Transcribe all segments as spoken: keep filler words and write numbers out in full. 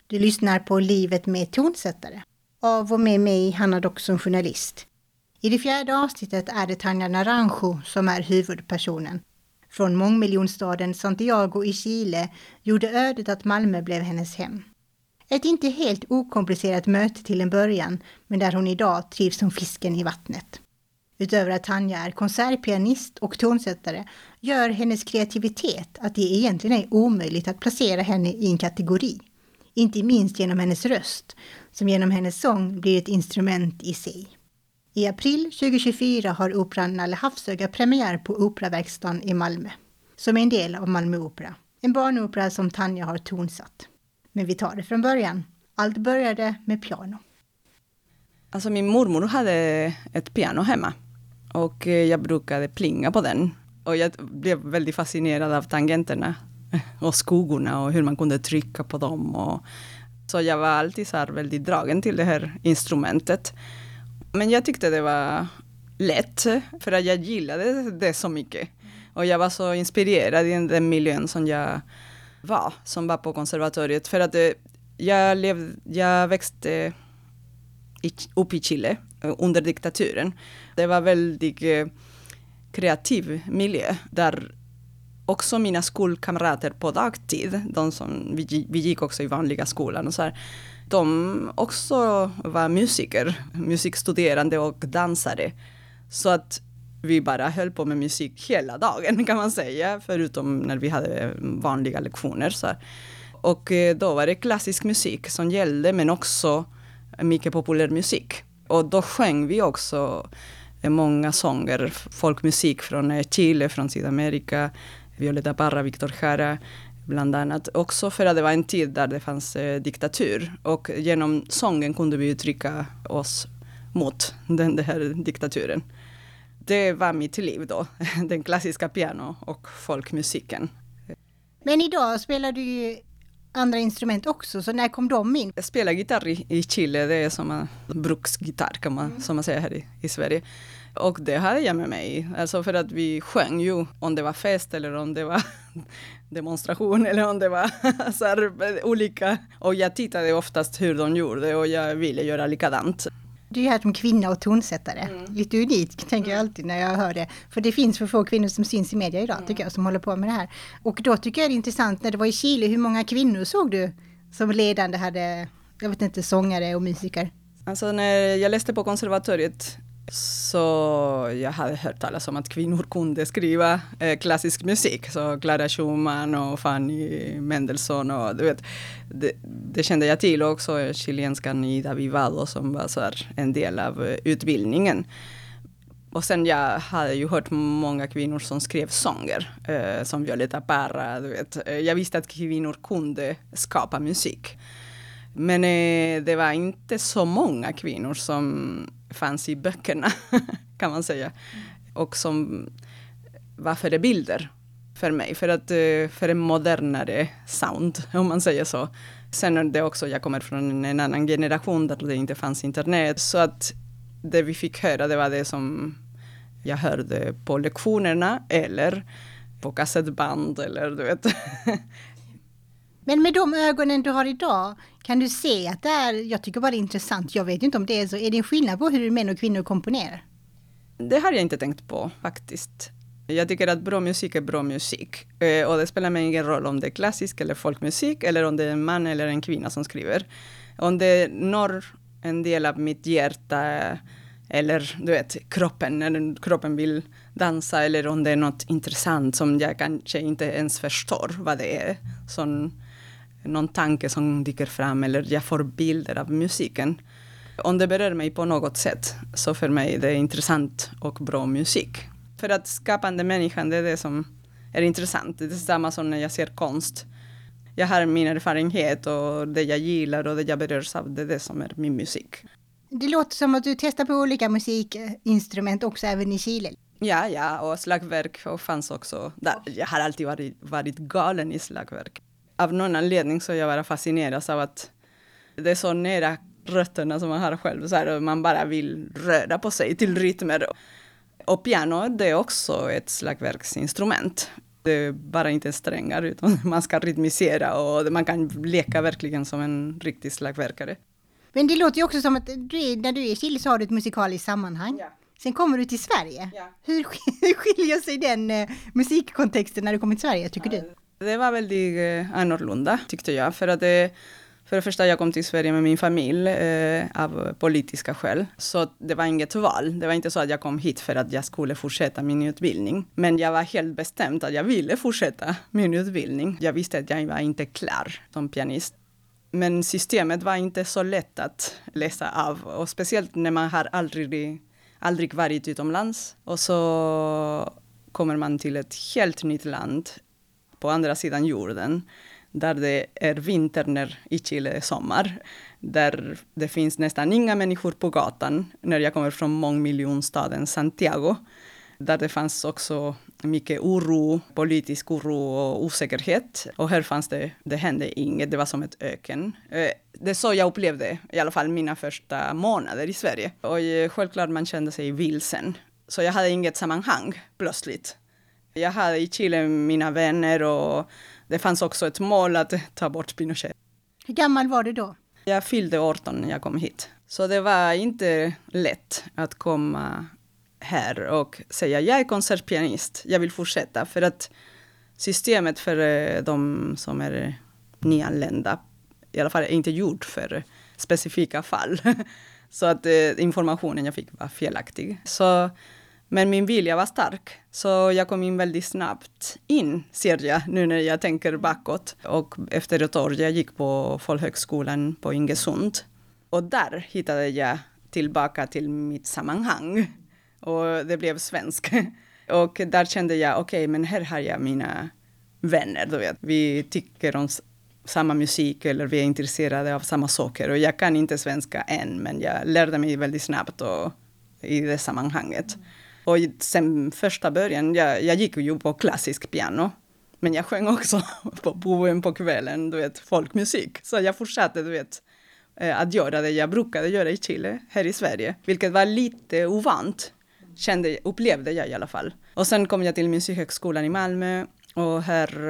Du lyssnar på Livet med tonsättare. Av och med mig, Hanna Dock, som journalist. I det fjärde avsnittet är det Tanja Naranjo som är huvudpersonen. Från mångmiljonstaden Santiago i Chile gjorde ödet att Malmö blev hennes hem. Ett inte helt okomplicerat möte till en början, men där hon idag trivs som fisken i vattnet. Utöver att Tanja är konsertpianist och tonsättare gör hennes kreativitet att det egentligen är omöjligt att placera henne i en kategori. Inte minst genom hennes röst, som genom hennes sång blir ett instrument i sig. I april tjugohundratjugofyra har operan Nalle Havsöga premiär på Operaverkstan i Malmö, som är en del av Malmö Opera. En barnopera som Tanja har tonsatt. Men vi tar det från början. Allt började med piano. Alltså min mormor hade ett piano hemma och jag brukade plinga på den. Och jag blev väldigt fascinerad av tangenterna och skuggorna och hur man kunde trycka på dem. Och så jag var alltid så här väldigt dragen till det här instrumentet. Men jag tyckte det var lätt för att jag gillade det så mycket. Och jag var så inspirerad i den miljön som jag var, som var på konservatoriet. För att jag, levde, jag växte i, upp i Chile under diktaturen. Det var väldigt eh, kreativ miljö där också mina skolkamrater på dagtid, de som vi, vi gick också i vanliga skolan och så här, de också var musiker, musikstuderande och dansare. Så att vi bara höll på med musik hela dagen kan man säga, förutom när vi hade vanliga lektioner. Så här. Och då var det klassisk musik som gällde, men också mycket populär musik. Och då sjöng vi också många sånger, folkmusik från Chile, från Sydamerika, Violeta Parra, Víctor Jara, bland annat. Också för att det var en tid där det fanns eh, diktatur. Och genom sången kunde vi uttrycka oss mot den, den här diktaturen. Det var mitt liv då. Den klassiska piano och folkmusiken. Men idag spelar du ju andra instrument också. Så när kom de in? Jag spelar gitarr i, i Chile. Det är som en bruksgitarr kan man, mm. som man säger här i, i Sverige. Och det hade jag med mig. Alltså för att vi sjöng ju om det var fest eller om det var demonstration eller om det var så här, olika. Och jag tittade oftast hur de gjorde och jag ville göra likadant. Du är här som kvinna och tonsättare. Mm. Lite unikt tänker jag alltid när jag hör det. För det finns för få kvinnor som syns i media idag, mm. tycker jag, som håller på med det här. Och då tycker jag det är intressant, när det var i Chile, hur många kvinnor såg du som ledande hade, jag vet inte, sångare och musiker? Alltså när jag läste på konservatoriet så jag hade hört talas om att kvinnor kunde skriva eh, klassisk musik. Så Clara Schumann och Fanny Mendelssohn och du vet, det, det kände jag till också. Chilenskan Ida Vivado som var så här en del av eh, utbildningen. Och sen jag hade ju hört många kvinnor som skrev sånger. Eh, som Violeta Parra, du vet. Jag visste att kvinnor kunde skapa musik. Men eh, det var inte så många kvinnor som fanns i böckerna kan man säga. Och som var förebilder för mig. För att för en modernare sound, om man säger så. Sen är det också, jag kommer från en annan generation där det inte fanns internet. Så att det vi fick höra, det var det som jag hörde på lektionerna eller på kassettband eller du vet. Men med de ögonen du har idag, kan du se att det är, jag tycker bara det är intressant, jag vet inte om det är så, är det en skillnad på hur män och kvinnor komponerar? Det har jag inte tänkt på faktiskt. Jag tycker att bra musik är bra musik. Och det spelar mig ingen roll om det är klassisk eller folkmusik eller om det är en man eller en kvinna som skriver. Om det når en del av mitt hjärta eller du vet, kroppen, när kroppen vill dansa eller om det är något intressant som jag kanske inte ens förstår vad det är. Sån någon tanke som dyker fram eller jag får bilder av musiken. Om det berör mig på något sätt så för mig är det intressant och bra musik. För att skapande människan, det är det som är intressant. Det är samma som när jag ser konst. Jag har min erfarenhet och det jag gillar och det jag berörs av, det är det som är min musik. Det låter som att du testar på olika musikinstrument också även i Chile. Ja, ja, och slagverk och fanns också där. Jag har alltid varit, varit galen i slagverk. Av någon anledning så jag var fascinerad av att det är så nära rötterna som man har själv. Så här, man bara vill röra på sig till rytmer. Och piano, det är också ett slagverksinstrument. Det är bara inte strängar utan man ska rytmisera och man kan leka verkligen som en riktig slagverkare. Men det låter ju också som att du är, när du är i Chile så har du ett musikaliskt sammanhang. Ja. Sen kommer du till Sverige. Ja. Hur skiljer sig den eh, musikkontexten när du kommer till Sverige, tycker du? Det var väldigt eh, annorlunda, tyckte jag. För att det, för det första, jag kom till Sverige med min familj eh, av politiska skäl. Så det var inget val. Det var inte så att jag kom hit för att jag skulle fortsätta min utbildning. Men jag var helt bestämd att jag ville fortsätta min utbildning. Jag visste att jag var inte klar som pianist. Men systemet var inte så lätt att läsa av. Och speciellt när man har aldrig, aldrig varit utomlands. Och så kommer man till ett helt nytt land på andra sidan jorden. Där det är vinter när i Chile är sommar. Där det finns nästan inga människor på gatan. När jag kommer från mångmiljonstaden Santiago. Där det fanns också mycket oro, politisk oro och osäkerhet. Och här fanns det, det hände inget, det var som ett öken. Det är så jag upplevde, i alla fall mina första månader i Sverige. Och självklart man kände sig vilsen. Så jag hade inget sammanhang plötsligt. Jag hade i Chile mina vänner och det fanns också ett mål att ta bort Pinochet. Hur gammal var du då? Jag fyllde arton när jag kom hit. Så det var inte lätt att komma här och säga jag är konsertpianist, jag vill fortsätta. För att systemet för de som är nyanlända i alla fall är inte gjort för specifika fall. Så att eh, informationen jag fick var felaktig. Så, men min vilja var stark. Så jag kom in väldigt snabbt in, ser jag, nu när jag tänker bakåt. Och efter ett år jag gick på folkhögskolan på Ingesund. Och där hittade jag tillbaka till mitt sammanhang. Och det blev svensk. Och där kände jag, okej, okay, men här har jag mina vänner, du vet. Vi tycker om samma musik eller vi är intresserade av samma saker. Och jag kan inte svenska än, men jag lärde mig väldigt snabbt och, i det sammanhanget. Mm. Och sen första början, jag, jag gick ju på klassisk piano. Men jag sjöng också på boen på kvällen, du vet, folkmusik. Så jag fortsatte, du vet, att göra det jag brukade göra i Chile, här i Sverige. Vilket var lite ovant, kände, upplevde jag i alla fall. Och sen kom jag till Musikhögskolan i Malmö. Och här,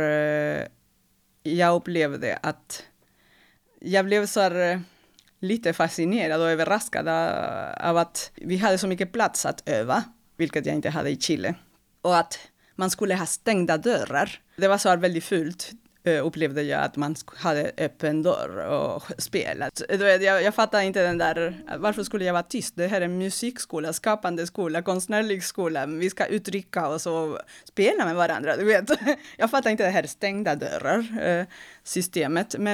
jag upplevde att jag blev så här lite fascinerad och överraskad av att vi hade så mycket plats att öva. Vilket jag inte hade i Chile. Och att man skulle ha stängda dörrar. Det var så här väldigt fult, upplevde jag, att man hade öppen dörr och spelat. Jag, jag fattar inte den där, varför skulle jag vara tyst? Det här är musikskola, skapande skola, konstnärlig skola. Vi ska uttrycka oss och spela med varandra, du vet. Jag fattar inte det här stängda dörrar systemet. Men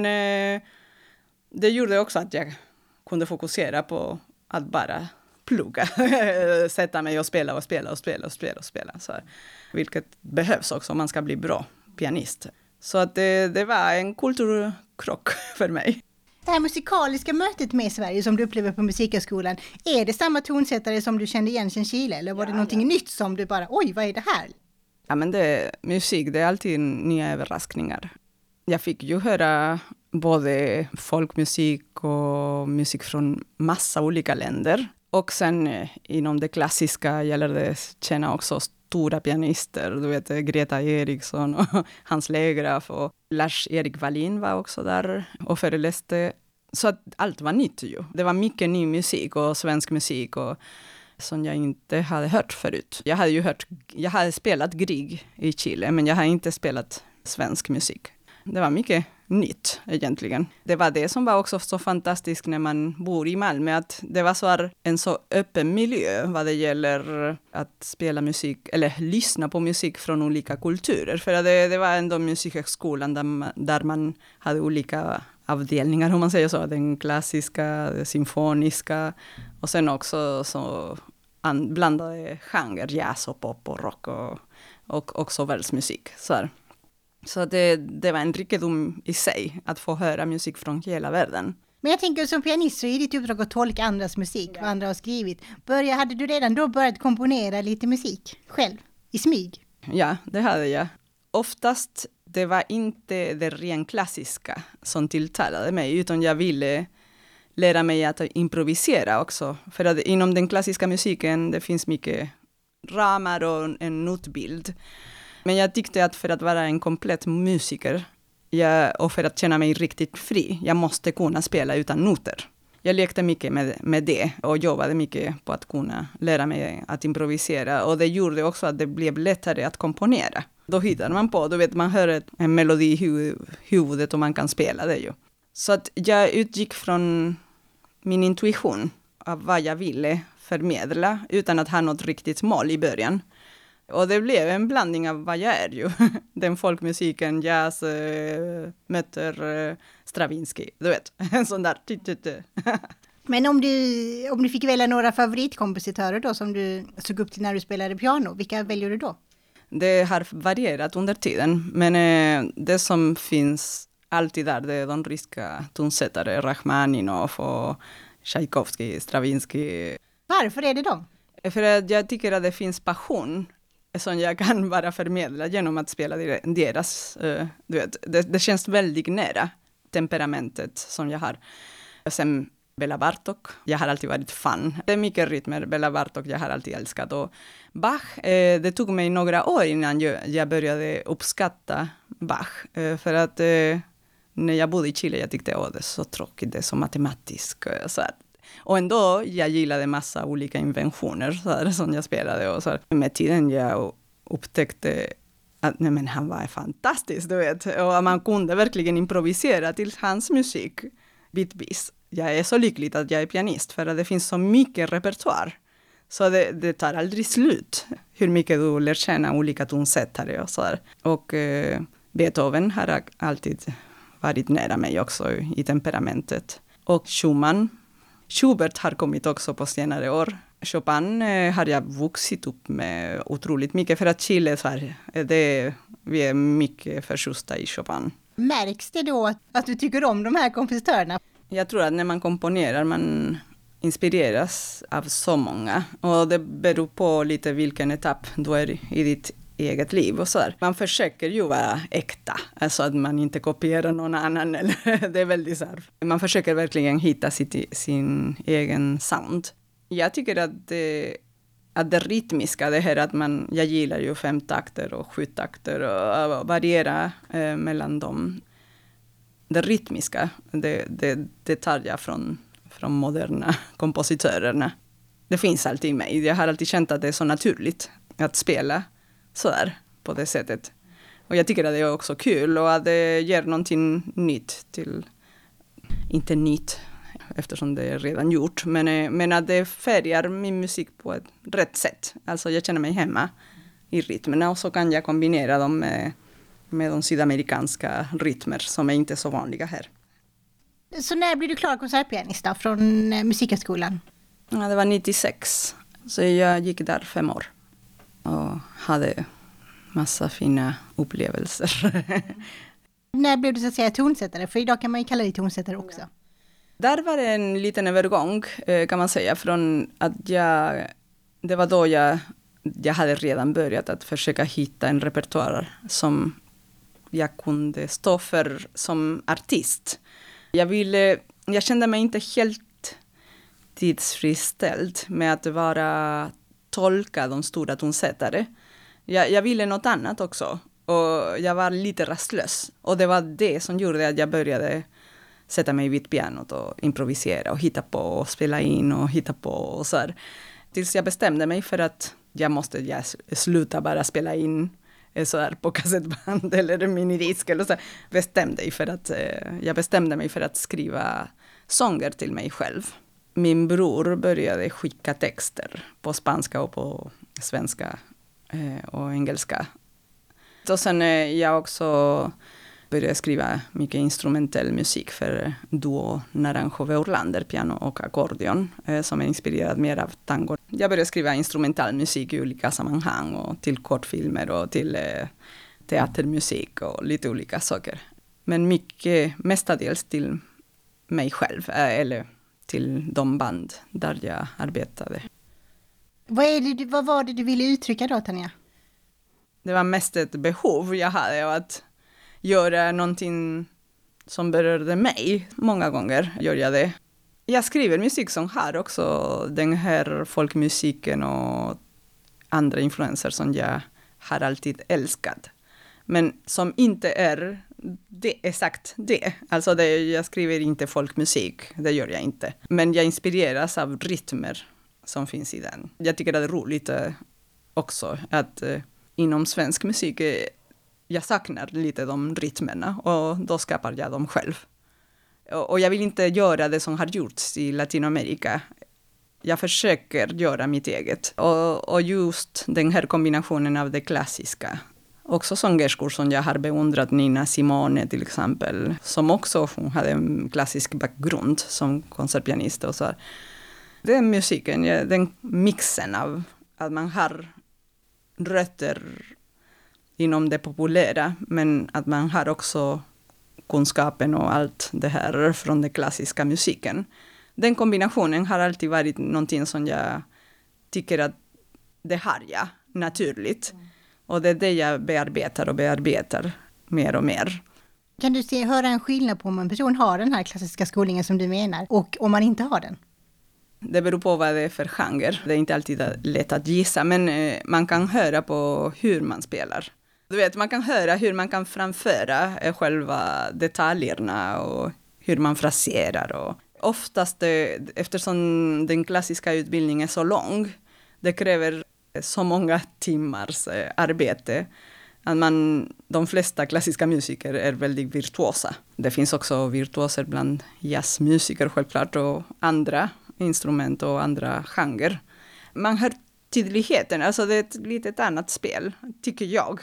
det gjorde också att jag kunde fokusera på att bara plugga, sätta mig och spela och spela och spela och spela och spela. Så här. Vilket behövs också om man ska bli bra pianist. Så att det, det var en kulturkrock för mig. Det här musikaliska mötet med Sverige som du upplever på Musikhögskolan, är det samma tonsättare som du kände igen sedan Chile? Eller var ja, det någonting ja. nytt som du bara, oj, vad är det här? Ja, men det, musik, det är alltid nya överraskningar. Jag fick ju höra både folkmusik och musik från massa olika länder. Och sen inom det klassiska gäller det känna också stora pianister. Du vet, Greta Eriksson och Hans Legraf och Lars-Erik Wallin var också där och föreläste. Så att allt var nytt ju. Det var mycket ny musik och svensk musik och som jag inte hade hört förut. Jag hade ju hört, jag hade spelat Grieg i Chile, men jag hade inte spelat svensk musik. Det var mycket nytt egentligen. Det var det som var också så fantastiskt när man bor i Malmö, att det var så här en så öppen miljö vad det gäller att spela musik eller lyssna på musik från olika kulturer. För det, det var ändå Musikhögskolan där man, där man hade olika avdelningar, om man säger så. Den klassiska, den symfoniska och sen också så an, blandade genre, jazz och pop och rock och, och också världsmusik. Så här. Så det, det var en rikedom i sig att få höra musik från hela världen. Men jag tänker som pianist så är ditt uppdrag att tolka andras musik, ja. Vad andra har skrivit. Börja, hade du redan då börjat komponera lite musik själv, i smyg? Ja, det hade jag. Oftast det var inte det ren klassiska som tilltalade mig, utan jag ville lära mig att improvisera också. För att inom den klassiska musiken det finns mycket ramar och en notbild. Men jag tyckte att för att vara en komplett musiker jag, och för att känna mig riktigt fri, jag måste kunna spela utan noter. Jag lekte mycket med, med det och jobbade mycket på att kunna lära mig att improvisera. Och det gjorde också att det blev lättare att komponera. Då hittar man på, då vet man hör en melodi i hu- huvudet och man kan spela det ju. Så att jag utgick från min intuition av vad jag ville förmedla utan att ha något riktigt mål i början. Och det blev en blandning av vad jag är ju. Den folkmusiken, jazz, äh, möter äh, Stravinsky, du vet. En sån där. Men om du, om du fick välja några favoritkompositörer då som du såg upp till när du spelade piano, vilka väljer du då? Det har varierat under tiden, men äh, det som finns alltid där, det är de ryska tonsättare, Rachmaninov och Tchaikovsky, Stravinsky. Varför är det de? För att jag tycker att det finns passion som jag kan bara förmedla genom att spela deras, uh, du vet, det, det känns väldigt nära temperamentet som jag har. Sen Bela Bartok, jag har alltid varit fan. Det är mycket rytmer, Bela Bartok, jag har alltid älskat. Och Bach, eh, det tog mig några år innan jag, jag började uppskatta Bach. Eh, för att eh, när jag bodde i Chile, jag tyckte att det är så tråkigt, det är så matematiskt. Så här. Och ändå, jag gillade massa olika inventioner så här, som jag spelade. Och så här. Med tiden jag upptäckte att nej, men han var fantastisk, du vet. Och man kunde verkligen improvisera till hans musik bitvis. Jag är så lycklig att jag är pianist för att det finns så mycket repertoar. Så det, det tar aldrig slut hur mycket du lär känna olika tonsättare och så här. Och eh, Beethoven har alltid varit nära mig också i temperamentet. Och Schumann. Schubert har kommit också på senare år. Chopin eh, har jag vuxit upp med otroligt mycket för att Chile så här, det, vi är mycket förtjusta i Chopin. Märks det då att, att du tycker om de här kompositörerna? Jag tror att när man komponerar man inspireras av så många. Och det beror på lite vilken etapp du är i ditt eget liv och så där. Man försöker ju vara äkta, alltså att man inte kopierar någon annan. Eller, det är väldigt så här. Man försöker verkligen hitta sitt, sin egen sound. Jag tycker att det, att det rytmiska, det här att man, jag gillar ju fem takter och sju takter och, och variera eh, mellan dem. Det rytmiska, det, det, det tar jag från, från moderna kompositörerna. Det finns alltid i mig. Jag har alltid känt att det är så naturligt att spela så där på det sättet. Och jag tycker att det är också kul och att det ger någonting nytt till, inte nytt eftersom det är redan gjort, men, men att det färgar min musik på ett rätt sätt. Alltså jag känner mig hemma i rytmerna och så kan jag kombinera dem med med de sydamerikanska rytmer som är inte så vanliga här. Så när blir du klar konsertpianist då, från Musikhögskolan? Ja, det var nittiosex, så jag gick där fem år och hade massa fina upplevelser. När blev du så att säga tonsättare? För idag kan man ju kalla det tonsättare också. Där var det en liten övergång kan man säga, från att jag, det var då jag, jag hade redan börjat att försöka hitta en repertoar som jag kunde stå för som artist. Jag ville, jag kände mig inte helt tidsfriställd med att vara tolka de stora tonsättare. Jag, jag ville något annat också och jag var lite rastlös. Och det var det som gjorde att jag började sätta mig vid pianot och improvisera och hitta på och spela in och hitta på och så här. Tills jag bestämde mig för att jag måste jag sluta bara spela in så där på kassettband eller minidisk eller så. Bestämde för att, jag bestämde mig för att skriva sånger till mig själv. Min bror började skicka texter på spanska och på svenska och engelska. Och sen jag också började skriva mycket instrumentell musik för duo Naranjo Veurlander, piano och ackordeon, som är inspirerad mer av tango. Jag började skriva instrumentell musik i olika sammanhang och till kortfilmer och till eh, teatermusik och lite olika saker. Men mycket, mestadels till mig själv, eh, eller till de band där jag arbetade. Vad, är det, vad var det du ville uttrycka då, Tanja? Det var mest ett behov jag hade av att göra någonting som berörde mig. Många gånger gör jag det. Jag skriver musik som har också den här folkmusiken och andra influenser som jag har alltid älskat. Men som inte är det, exakt det. Alltså det, jag skriver inte folkmusik, det gör jag inte. Men jag inspireras av rytmer som finns i den. Jag tycker det är roligt eh, också att eh, inom svensk musik eh, jag saknar lite de rytmerna och då skapar jag dem själv. Och, och jag vill inte göra det som har gjorts i Latinamerika. Jag försöker göra mitt eget. Och, och just den här kombinationen av det klassiska. Också sångerskor som jag har beundrat, Nina Simone till exempel, som också hon hade en klassisk bakgrund som konsertpianist och så här. Den musiken, den mixen av att man har rötter inom det populära, men att man har också kunskapen och allt det här från den klassiska musiken. Den kombinationen har alltid varit någonting som jag tycker att det har jag naturligt. Mm. Och det är det jag bearbetar och bearbetar mer och mer. Kan du se, höra en skillnad på om en person har den här klassiska skolningen som du menar och om man inte har den? Det beror på vad det är för genre. Det är inte alltid lätt att gissa, men eh, man kan höra på hur man spelar. Du vet, man kan höra hur man kan framföra eh, själva detaljerna och hur man fraserar. Och oftast, det, eftersom den klassiska utbildningen är så lång, det kräver så många timmars eh, arbete. Att man, de flesta klassiska musiker är väldigt virtuosa. Det finns också virtuoser bland jazzmusiker självklart och andra instrument och andra genrer. Man hör tydligheten, alltså det är ett litet annat spel, tycker jag.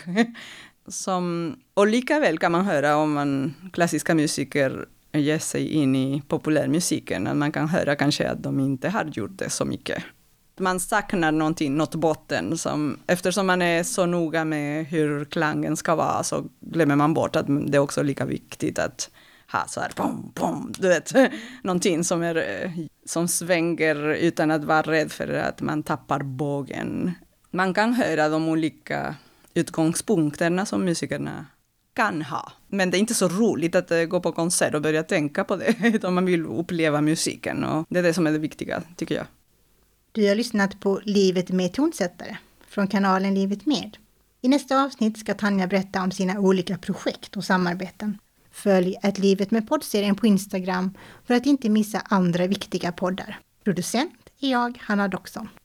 Som, och lika väl kan man höra om man klassiska musiker ger sig in i populärmusiken, att man kan höra kanske att de inte har gjort det så mycket. Man saknar någonting, något botten, som, eftersom man är så noga med hur klangen ska vara så glömmer man bort att det är också lika viktigt att ha så här, pom, pom, du vet, någonting som, är, som svänger utan att vara rädd för att man tappar bågen. Man kan höra de olika utgångspunkterna som musikerna kan ha. Men det är inte så roligt att gå på konsert och börja tänka på det, utan man vill uppleva musiken och det är det som är det viktiga, tycker jag. Du har lyssnat på Livet med tonsättare från kanalen Livet med. I nästa avsnitt ska Tanja berätta om sina olika projekt och samarbeten. Följ ett Livet med poddserien på Instagram för att inte missa andra viktiga poddar. Producent är jag, Hanna Doxon.